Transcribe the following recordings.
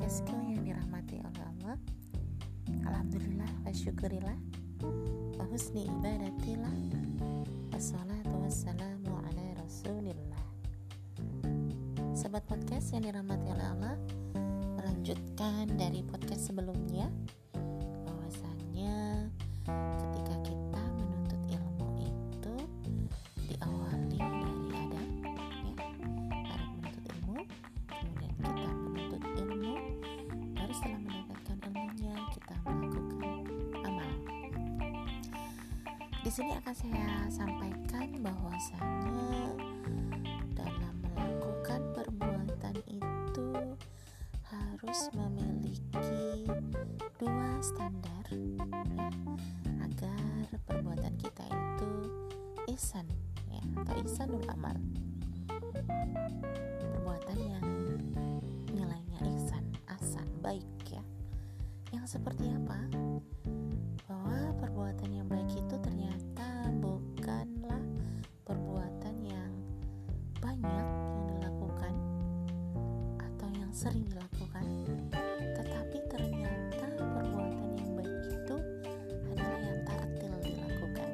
podcastku yang dirahmati oleh Allah. Alhamdulillah wa syukurillah wa husni ibadatillah, wassalatu wassalamu ala rasulillah. Sobat podcast yang dirahmati oleh Allah, melanjutkan dari podcast sebelumnya, bahwasannya ketika kita menuntut ilmu itu diawali dari Adam, Adam menuntut ilmu, kemudian kita menuntut ilmu, baru setelah mendapatkan ilmunya kita melakukan amal. Di sini akan saya sampaikan bahwasannya dalam melakukan perbuatan itu harus memiliki dua standar, agar perbuatan kita itu ihsan, atau ihsanul amal, perbuatan yang nilainya ihsan, ahsan, baik Yang seperti apa? Bahwa perbuatan yang baik itu ternyata bukanlah perbuatan yang banyak yang dilakukan atau yang sering dilakukan, tetapi ternyata perbuatan yang baik itu adalah yang tartil dilakukan.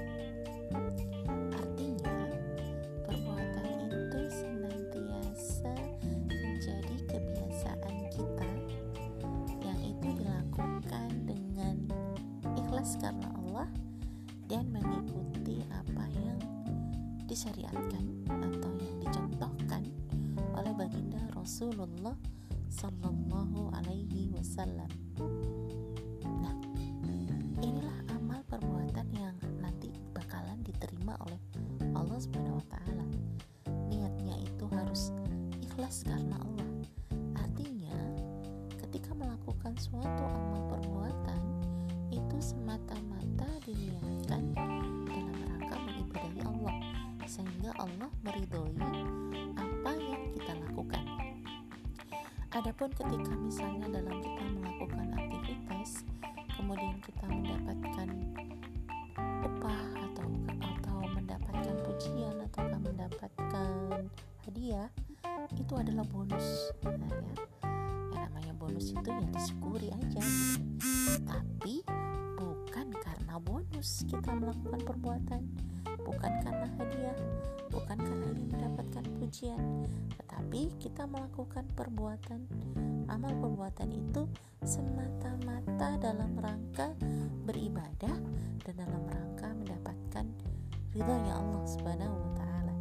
Artinya, perbuatan itu senantiasa menjadi kebiasaan kita, yang itu dilakukan dengan ikhlas karena Allah dan mengikuti apa yang disyariatkan atau yang dicontohkan oleh baginda Rasulullah Sallallahu Alaihi Wasallam. Nah, inilah amal perbuatan yang nanti bakalan diterima oleh Allah Subhanahu Wa Taala. Niatnya itu harus ikhlas karena Allah. Artinya, ketika melakukan suatu amal perbuatan itu semata-mata diniatkan dalam rangka mengibadahi Allah, sehingga Allah meridhoi apa yang kita lakukan. Adapun ketika misalnya dalam kita melakukan aktivitas, kemudian kita mendapatkan upah atau mendapatkan pujian atau mendapatkan hadiah, itu adalah bonus. Yang namanya bonus itu ya disyukuri aja gitu. Tapi bukan karena bonus kita melakukan perbuatan, bukan karena hadiah, bukan karena ingin mendapatkan pujian, tetapi kita melakukan perbuatan, amal perbuatan itu semata-mata dalam rangka beribadah dan dalam rangka mendapatkan ridhonya Allah Subhanahu Wa Taala.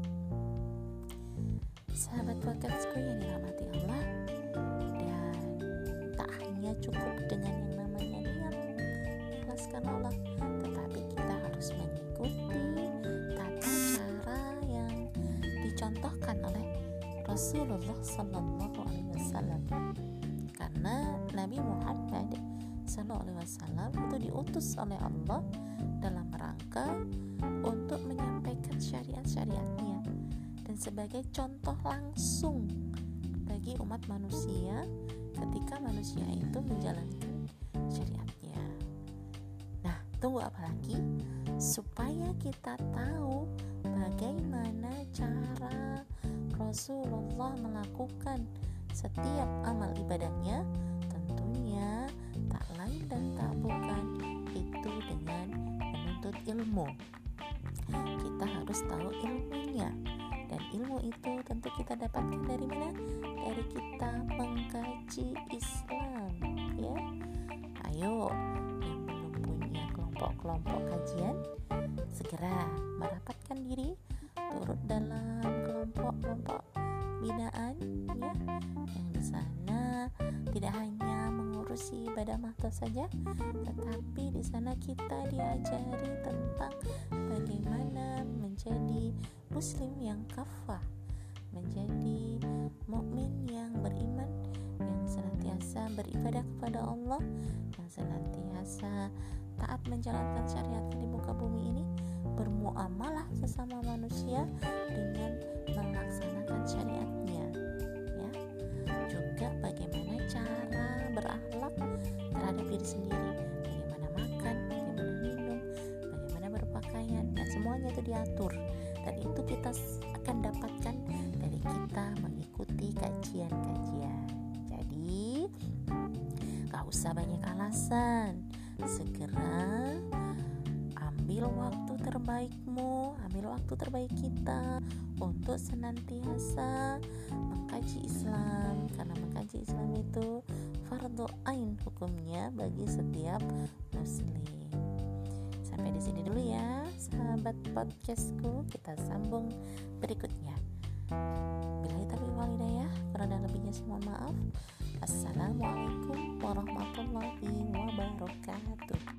Sahabat podcastku yang dirahmati Allah, dan tak hanya cukup dengan yang namanya niat ikhlas karena Allah, tetapi kita harus mengikuti tata cara yang dicontohkan oleh Rasulullah Sallallahu Alaihi Wasallam. Karena Nabi Muhammad Sallallahu Alaihi Wasallam itu diutus oleh Allah dalam rangka untuk menyampaikan syariat-syariatnya dan sebagai contoh langsung bagi umat manusia ketika manusia itu menjalankan syariatnya. Nah, tunggu apa lagi? Supaya kita tahu bagaimana cara Rasulullah melakukan setiap amal ibadahnya, tentunya tak lain dan tak bukan itu dengan menuntut ilmu. Kita harus tahu ilmunya, dan ilmu itu tentu kita dapatkan dari mana? Dari kita mengkaji Islam, Ayo, yang belum punya kelompok-kelompok kajian, segera merapatkan diri, turut dalam kelompok-kelompok binaan, yang di sana tidak hanya mengurusi ibadah mahdoh saja, tetapi di sana kita diajari tentang bagaimana menjadi muslim yang kafah, menjadi mukmin yang beriman, yang senantiasa beribadah kepada Allah, yang senantiasa taat menjalankan syariat di muka bumi ini, bermuamalah sesama manusia dengan melaksanakan syariatnya, juga bagaimana cara berakhlak terhadap diri sendiri, bagaimana makan, bagaimana minum, bagaimana berpakaian, dan semuanya itu diatur, dan itu kita akan dapatkan dari kita mengikuti kajian-kajian. Jadi Gak usah banyak alasan. Segera ambil waktu terbaikmu, ambil waktu terbaik kita untuk senantiasa mengkaji Islam, karena mengkaji Islam itu fardhu ain hukumnya bagi setiap muslim. Sampai di sini dulu ya, sahabat podcastku. Kita sambung berikutnya. Billahi taufiq wal hidayah, kurang dan lebihnya mohon maaf. Assalamualaikum warahmatullahi wabarakatuh.